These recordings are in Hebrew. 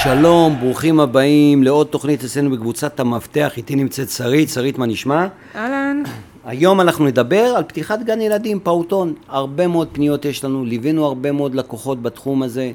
שלום, ברוכים הבאים לעוד תוכנית אצלנו בקבוצת המפתח. איתי נמצאת שרית. שרית, מה נשמע? אהלן. היום אנחנו נדבר על פתיחת גן ילדים, פעוטון. הרבה מאוד פניות יש לנו, ליווינו הרבה מאוד לקוחות בתחום הזה.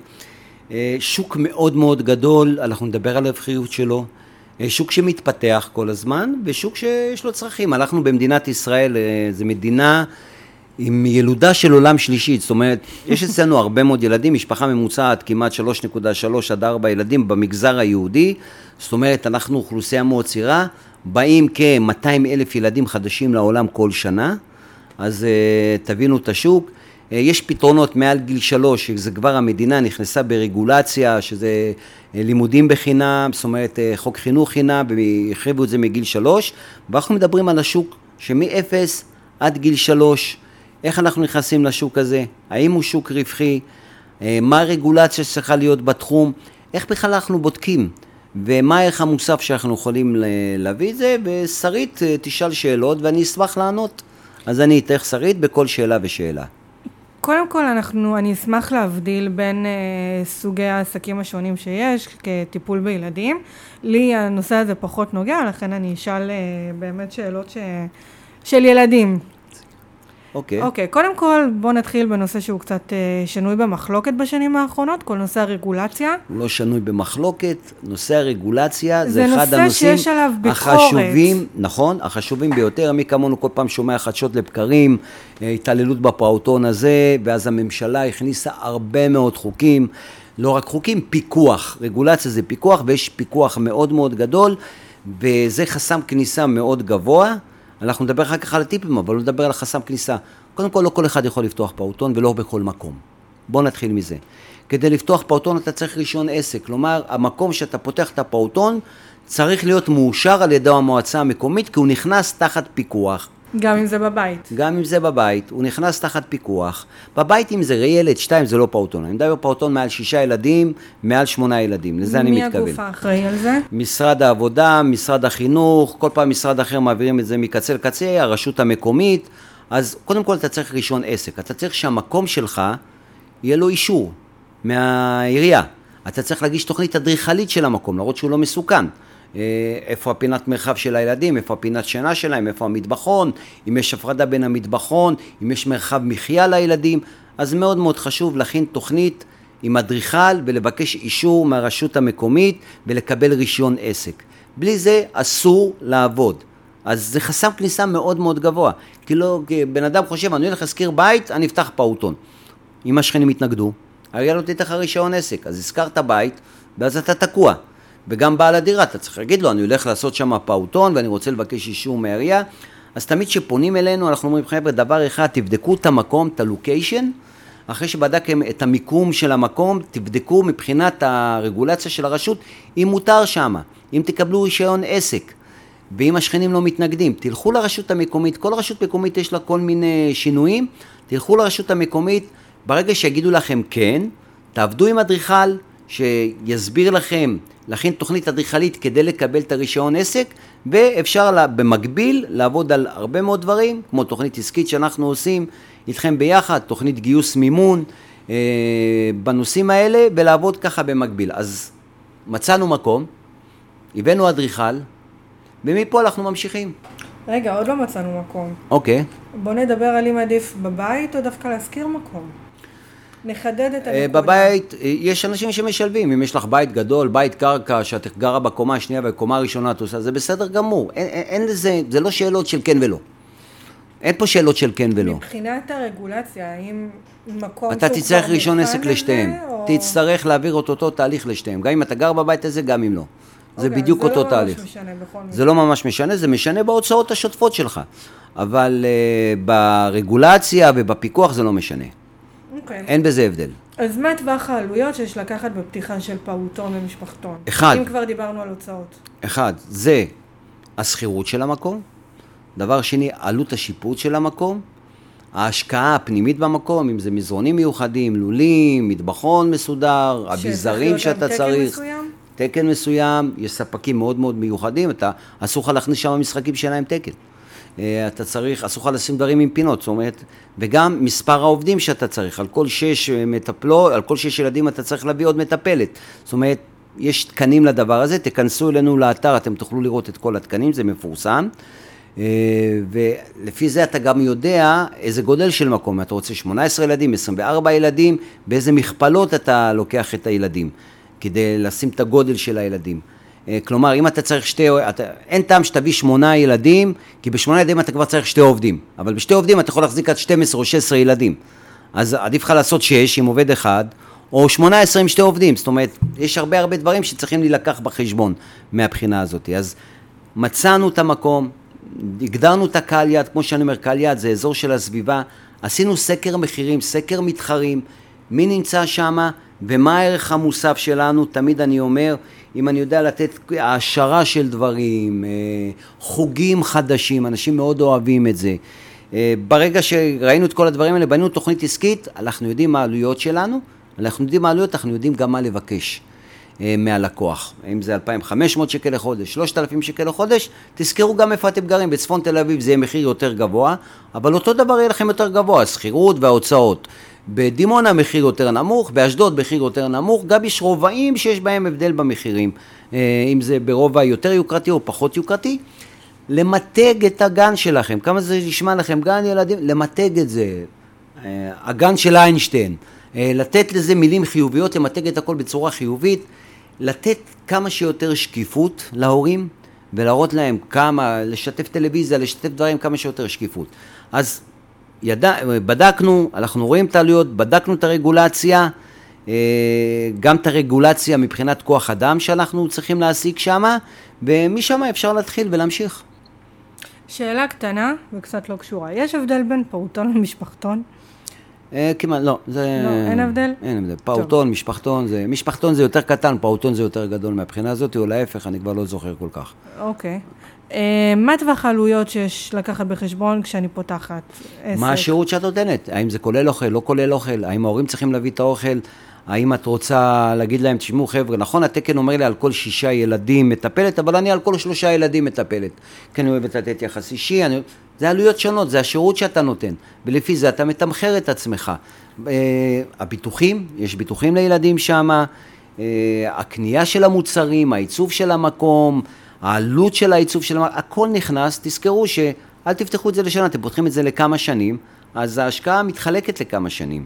שוק מאוד מאוד גדול, אנחנו נדבר על הרווחיות שלו. שוק שמתפתח כל הזמן, ושוק שיש לו צרכים. אנחנו במדינת ישראל, זו מדינה עם ילודה של עולם שלישית, זאת אומרת, יש אצלנו הרבה מאוד ילדים, משפחה ממוצעת כמעט 3.3 עד 4 ילדים במגזר היהודי, זאת אומרת, אנחנו אוכלוסייה מאוד צעירה, באים כ-200,000 ילדים חדשים לעולם כל שנה, אז תבינו את השוק. יש פתרונות מעל גיל 3, שזה כבר המדינה נכנסה ברגולציה, שזה לימודים בחינם, זאת אומרת, חוק חינוך חינם, והחריבו את זה מגיל 3, ואנחנו מדברים על השוק שמ-0 עד גיל 3, איך אנחנו נכנסים לשוק הזה, האם הוא שוק רווחי, מה הרגולציה שצריכה להיות בתחום, איך בכלל אנחנו בודקים, ומה הערך המוסף שאנחנו יכולים להביא את זה, ושרית תשאל שאלות ואני אשמח לענות, אז אני אתך שרית בכל שאלה ושאלה. קודם כל אני אשמח להבדיל בין סוגי העסקים השונים שיש כטיפול בילדים. לי הנושא הזה פחות נוגע, לכן אני אשאל באמת שאלות של ילדים. אוקיי, קודם כל בוא נתחיל בנושא שהוא קצת שנוי במחלוקת בשנים האחרונות, כל נושא הרגולציה. הוא לא שנוי במחלוקת, נושא הרגולציה זה אחד נושא הנושאים שיש עליו ביקורת. החשובים, נכון, החשובים ביותר, מי כמונו כל פעם שומע חדשות לבקרים, התעללות בפעוטון הזה, ואז הממשלה הכניסה הרבה מאוד חוקים, לא רק חוקים, פיקוח, רגולציה זה פיקוח, ויש פיקוח מאוד מאוד גדול, וזה חסם כניסה מאוד גבוה, אנחנו נדבר אחר כך על הטיפים, אבל לא נדבר על החסם כניסה. קודם כל, לא כל אחד יכול לפתוח פעוטון ולא בכל מקום. בוא נתחיל מזה. כדי לפתוח פעוטון אתה צריך רישיון עסק. כלומר, המקום שאתה פותח את הפעוטון צריך להיות מאושר על ידי המועצה המקומית, כי הוא נכנס תחת פיקוח. גם אם זה בבית. גם אם זה בבית, הוא נכנס תחת פיקוח. בבית אם זה ילד, 2 זה לא פעוטון. אני מדבר פעוטון מעל 6 ילדים, מעל 8 ילדים. לזה אני מתכוון. מי הגוף האחראי על זה? משרד העבודה, משרד החינוך, כל פעם משרד אחר מעבירים את זה מקצה לקצה, הרשות המקומית. אז קודם כל אתה צריך רישיון עסק. אתה צריך שהמקום שלך יהיה לו אישור מהעירייה. אתה צריך להגיש תוכנית אדריכלית של המקום, למרות שהוא לא מסוכן. איפה הפינת מרחב של הילדים, איפה הפינת שינה שלהם, איפה המטבחון, אם יש הפרדה בין המטבחון, אם יש מרחב מחיה לילדים, אז מאוד מאוד חשוב להכין תוכנית עם אדריכל ולבקש אישור מהרשות המקומית ולקבל רישיון עסק. בלי זה אסור לעבוד. אז זה חסם כניסה מאוד מאוד גבוה. כי בן אדם חושב, אני הולך להזכיר בית, אני אפתח פעוטון. אם השכנים יתנגדו, הרי לא תיתך רישיון עסק, אז הזכרת בית, ואז אתה תקוע. וגם בעל הדירה, אתה צריך להגיד לו, אני הולך לעשות שם פעוטון, ואני רוצה לבקש אישור מהעירייה. אז תמיד שפונים אלינו, אנחנו אומרים, חבר'ה, דבר אחד, תבדקו את המקום, את הלוקיישן, אחרי שבדקתם את המיקום של המקום, תבדקו מבחינת הרגולציה של הרשות, אם מותר שם, אם תקבלו רישיון עסק, ואם השכנים לא מתנגדים, תלכו לרשות המקומית, כל רשות מקומית יש לה כל מיני שינויים, תלכו לרשות המקומית, ברגע שיגידו לכם כן, תעבדו עם אדריכל, שיסביר לכם להכין תוכנית אדריכלית כדי לקבל את הרישיון עסק, ואפשר במקביל לעבוד על הרבה מאוד דברים, כמו תוכנית עסקית שאנחנו עושים איתכם ביחד, תוכנית גיוס מימון, בנושאים האלה, ולעבוד ככה במקביל. אז מצאנו מקום, הבאנו אדריכל, ומפה אנחנו ממשיכים. רגע, עוד לא מצאנו מקום. אוקיי. בוא נדבר על אם עדיף בבית או דווקא להזכיר מקום. נחדד את הנקודה. בבית, יש אנשים שמשלבים, אם יש לך בית גדול, בית קרקע, שאת גרה בקומה השנייה ובקומה הראשונה, זה בסדר גמור. אין לזה, זה לא שאלות של כן ולא. אין פה שאלות של כן ולא. מבחינת הרגולציה, האם מקום אתה תצטרך רישיון עסק לשתיהם. תצטרך להעביר אותו תהליך לשתיהם. גם אם אתה גר בבית הזה, גם אם לא. זה בדיוק אותו תהליך. זה לא ממש משנה בכל מקרה. זה לא ממש משנה, זה משנה בהוצאות השוטפות שלך. אבל ברגולציה ובפיקוח זה לא משנה. אין בזה הבדל. אז מה טווח העלויות שיש לקחת בפתיחה של פעוטון ומשפחתון? אחד. אם כבר דיברנו על הוצאות. אחד, זה הסחירות של המקום. דבר שני, עלות השיפוט של המקום. ההשקעה הפנימית במקום, אם זה מזרונים מיוחדים, לולים, מטבחון מסודר, אביזרים שאתה צריך. תקן מסוים, יש ספקים מאוד מאוד מיוחדים, אתה אסור לך להכניס שם משחקים שלהם תקן. אתה צריך, אסור לך לשים דברים עם פינות, זאת אומרת, וגם מספר העובדים שאתה צריך, על כל 6 מטפלות, על כל 6 ילדים אתה צריך להביא עוד מטפלת. זאת אומרת, יש תקנים לדבר הזה, תכנסו אלינו לאתר, אתם תוכלו לראות את כל התקנים, זה מפורסם, ולפי זה אתה גם יודע איזה גודל של מקום, אתה רוצה 18 ילדים, 24 ילדים, באיזה מכפלות אתה לוקח את הילדים, כדי לשים את הגודל של הילדים. כלומר, אם אתה צריך אין טעם שתביא 8 ילדים, כי ב8 ילדים אתה כבר צריך 2 עובדים, אבל ב2 עובדים אתה יכול להחזיק עד 12 או 16 ילדים, אז עדיף לך לעשות 6 עם עובד אחד, או 18 עם 2 עובדים, זאת אומרת, יש הרבה דברים שצריכים להילקח בחשבון מהבחינה הזאת. אז מצאנו את המקום, הגדרנו את הקהל יעד, כמו שאני אומר, קהל יעד זה אזור של הסביבה, עשינו סקר מחירים, סקר מתחרים, מי נמצא שם ומה הערך המוסף שלנו, תמיד אני אומר, אם אני יודע לתת העשרה של דברים, חוגים חדשים, אנשים מאוד אוהבים את זה. ברגע שראינו את כל הדברים האלה, בנינו תוכנית עסקית, אנחנו יודעים מה העלויות שלנו, אנחנו יודעים גם מה לבקש מהלקוח. אם זה 2,500 שקל לחודש, 3,000 שקל לחודש, תזכרו גם איפה אתם גרים. בצפון תל אביב זה יהיה מחיר יותר גבוה, אבל אותו דבר יהיה לכם יותר גבוה, השכירות וההוצאות. בדימונה מחיר יותר נמוך, באשדוד מחיר יותר נמוך, גם יש רובעים שיש בהם הבדל במחירים, אם זה ברובע יותר יוקרתי או פחות יוקרתי. למתג את הגן שלכם, כמה זה נשמע לכם גן ילדים, למתג את זה, הגן של איינשטיין, לתת לזה מילים חיוביות, למתג את הכל בצורה חיובית, לתת כמה שיותר שקיפות להורים, ולהראות להם כמה, לשתף טלוויזיה, לשתף דברים, כמה שיותר שקיפות. אז בדקנו, אנחנו רואים את העלויות, בדקנו את הרגולציה, גם את הרגולציה מבחינת כוח אדם שאנחנו צריכים להשיג שם, ומשם אפשר להתחיל ולהמשיך. שאלה קטנה וקצת לא קשורה, יש הבדל בין פעוטון למשפחתון? כמעט, לא, זה... לא, אין הבדל? אין הבדל, פעוטון, משפחתון זה יותר קטן, פעוטון זה יותר גדול מהבחינה הזאת, או להפך, אני כבר לא זוכר כל כך. אוקיי. מה טווח העלויות שיש לקחת בחשבון כשאני פותחת עסק? מה השירות שאת נותנת? האם זה כולל אוכל, לא כולל אוכל? האם ההורים צריכים להביא את האוכל? האם את רוצה להגיד להם, תשמעו חבר'ה, נכון, התקן אומר לי על כל 6 ילדים מטפלת, אבל אני על כל 3 ילדים מטפלת. כן, אני אוהבת לתת יחס אישי, זה עלויות שונות, זה השירות שאתה נותן, ולפי זה אתה מתמחר את עצמך. הביטוחים, יש ביטוחים לילדים שם, הקנייה של המוצרים, העיצוב של המקום, העלות של העיצוב של המקום, הכל נכנס, תזכרו שאל תפתחו את זה לשנה, אתם פותחים את זה לכמה שנים, אז ההשקעה מתחלקת לכמה שנים.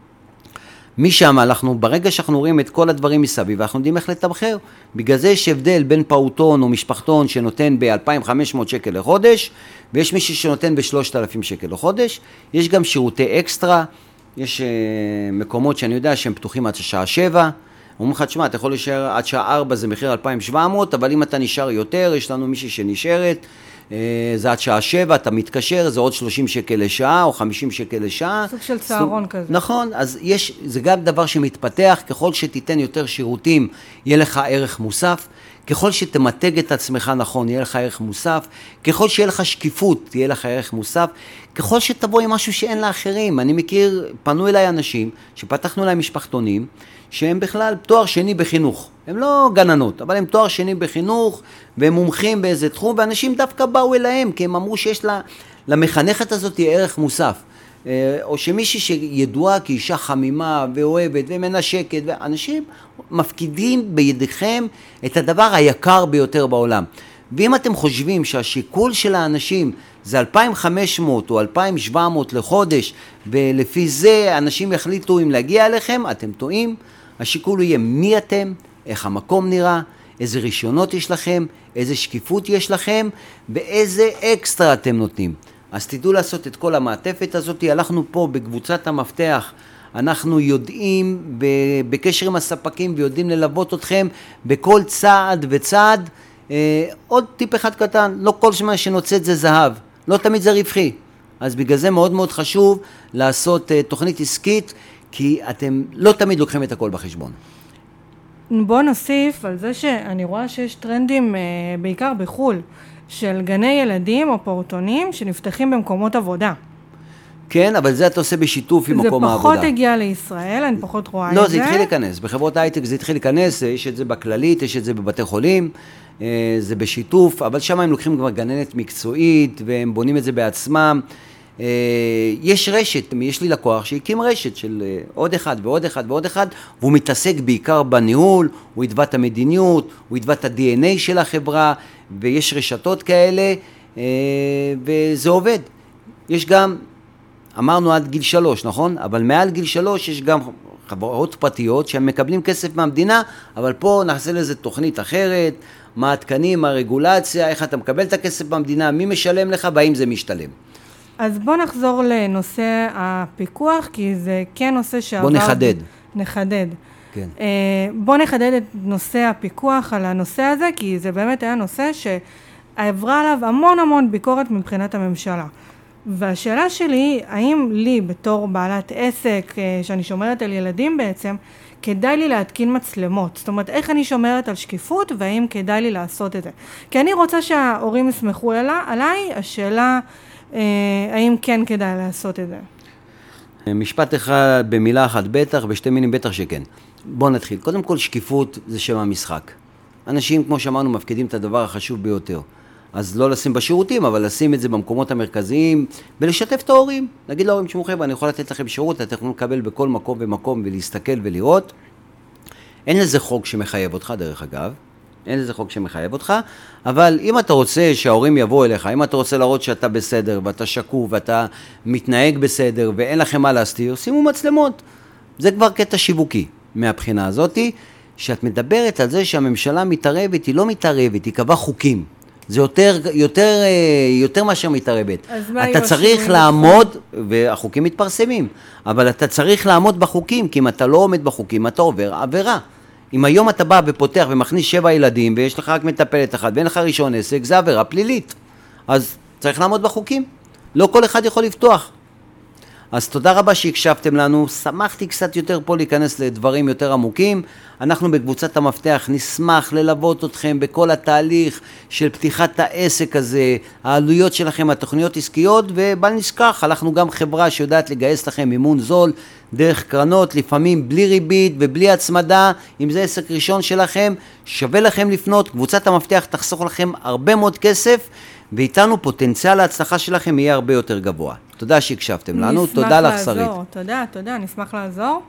משם ברגע שאנחנו רואים את כל הדברים מסביב, אנחנו יודעים איך לתמחר. בגלל זה יש הבדל בין פעוטון או משפחתון שנותן ב-2,500 שקל לחודש, ויש מישהו שנותן ב-3,000 שקל לחודש. יש גם שירותי אקסטרה, יש מקומות שאני יודע שהם פתוחים עד שעה 7, אומרים לך, תשמע, אתה יכול להישאר עד שעה 4, זה מחיר 2,700, אבל אם אתה נשאר יותר, יש לנו מישהי שנשארת, זה עד שעה 7, אתה מתקשר, זה עוד 30 שקל לשעה או 50 שקל לשעה. סוג של צהרון כזה. נכון, אז זה גם דבר שמתפתח, ככל שתיתן יותר שירותים, יהיה לך ערך מוסף, ככל שתמתג את עצמך נכון, יהיה לך ערך מוסף, ככל שיהיה לך שקיפות, יהיה לך ערך מוסף, ככל שתבוא עם משהו שאין לאחרים. אני מכיר, פנו אליי אנשים שפתחנו להם משפחתונים, שהם בכלל תואר שני בחינוך. הם לא גננות, אבל הם תואר שני בחינוך, והם מומחים באיזה תחום, ואנשים דווקא באו אליהם, כי הם אמרו שיש למחנכת הזאת ערך מוסף. או שמישהי שידועה כאישה חמימה ואוהבת ומנשקת, ואנשים מפקידים בידיכם את הדבר היקר ביותר בעולם. ואם אתם חושבים שהשיקול של האנשים זה 2,500 או 2,700 לחודש, ולפי זה אנשים יחליטו אם להגיע אליכם, אתם טועים. השיקול יהיה מי אתם, איך המקום נראה, איזה רישיונות יש לכם, איזה שקיפות יש לכם, ואיזה אקסטרה אתם נותנים. אז תדעו לעשות את כל המעטפת הזאת. הלכנו פה בקבוצת המפתח, אנחנו יודעים בקשר עם הספקים ויודעים ללוות אתכם בכל צעד וצעד. עוד טיפ אחד קטן, לא כל שמה שנוצאת זה זהב, לא תמיד זה רווחי. אז בגלל זה מאוד מאוד חשוב לעשות תוכנית עסקית, כי אתם לא תמיד לוקחים את הכל בחשבון. בוא נוסיף על זה שאני רואה שיש טרנדים בעיקר בחול, של גני ילדים או פעוטונים שנפתחים במקומות עבודה. כן, אבל זה אתה עושה בשיתוף עם מקום העבודה. זה פחות הגיע לישראל, אני פחות רואה את זה. לא, זה התחיל להיכנס. בחברות הייטק זה התחיל להיכנס, יש את זה בכללית, יש את זה בבתי חולים, זה בשיתוף, אבל שם הם לוקחים כבר גננת מקצועית, והם בונים את זה בעצמם. יש רשת, יש לי לקוח שהקים רשת של עוד אחד ועוד אחד ועוד אחד, והוא מתעסק בעיקר בניהול, הוא ידבע את המדיניות, הוא ידבע את ה-DNA של החברה, ויש רשתות כאלה, וזה עובד. יש גם, אמרנו עד גיל 3, נכון? אבל מעל גיל 3 יש גם חברות פרטיות שהם מקבלים כסף מהמדינה, אבל פה נעשה לזה תוכנית אחרת, מה התקנים, הרגולציה, איך אתה מקבל את הכסף במדינה, מי משלם לך, והאם זה משתלם. אז בוא נחזור לנושא הפיקוח, כי זה כן נושא שעבר... בוא נחדד. נחדד. כן. בוא נחדד את נושא הפיקוח על הנושא הזה, כי זה באמת היה נושא שעברה עליו המון המון ביקורת מבחינת הממשלה. והשאלה שלי היא, האם לי בתור בעלת עסק, שאני שומרת על ילדים בעצם, כדאי לי להתקין מצלמות? זאת אומרת, איך אני שומרת על שקיפות, והאם כדאי לי לעשות את זה? כי אני רוצה שההורים יסמכו עליי, השאלה, האם כן כדאי לעשות את זה? משפט אחד במילה אחת בטח, בשתי מילים בטח שכן. בוא נתחיל. קודם כל, שקיפות זה שם המשחק. אנשים, כמו שאמרנו, מפקידים את הדבר החשוב ביותר. אז לא לשים בשירותים, אבל לשים את זה במקומות המרכזיים, ולשתף את ההורים. נגיד להורים שמוכם, אני יכול לתת לכם שירות, אתם יכולים לקבל בכל מקום ומקום, ולהסתכל ולראות. אין לזה חוק שמחייב אותך, דרך אגב. אין לזה חוק שמחייב אותך, אבל אם אתה רוצה שההורים יבואו אליך, אם אתה רוצה להראות שאתה בסדר, ואתה שקוף, ואתה מתנהג בסדר, ואין לכם מה להסתיר, שימו מצלמות. זה כבר קטע שיווקי מהבחינה הזאת, שאת מדברת על זה שהממשלה מתערבת, היא לא מתערבת, היא קבעה חוקים. זה יותר מאשר מתערבת. אתה צריך לעמוד, והחוקים מתפרסמים, אבל אתה צריך לעמוד בחוקים, כי אם אתה לא עומד בחוקים, אתה עובר עבירה. אם היום אתה בא ופותח ומכניס 7 ילדים, ויש לך רק מטפלת אחת, ואין לך רישיון עסק, זה עבירה פלילית. אז צריך לעמוד בחוקים. לא כל אחד יכול לפתוח. אז תודה רבה שהקשבתם לנו, שמחתי קצת יותר פה להיכנס לדברים יותר עמוקים. אנחנו בקבוצת המפתח נשמח ללוות אתכם בכל התהליך של פתיחת העסק הזה, העלויות שלכם, התוכניות עסקיות, ובל נשכח, אנחנו גם חברה שיודעת לגייס לכם מימון זול, דרך קרנות, לפעמים בלי ריבית ובלי הצמדה. אם זה עסק ראשון שלכם, שווה לכם לפנות, קבוצת המפתח תחסוך לכם הרבה מאוד כסף, ואיתנו פוטנציאל ההצלחה שלכם יהיה הרבה יותר גבוה. תודה שהקשבתם לנו, תודה לך שרית. תודה, נשמח לעזור.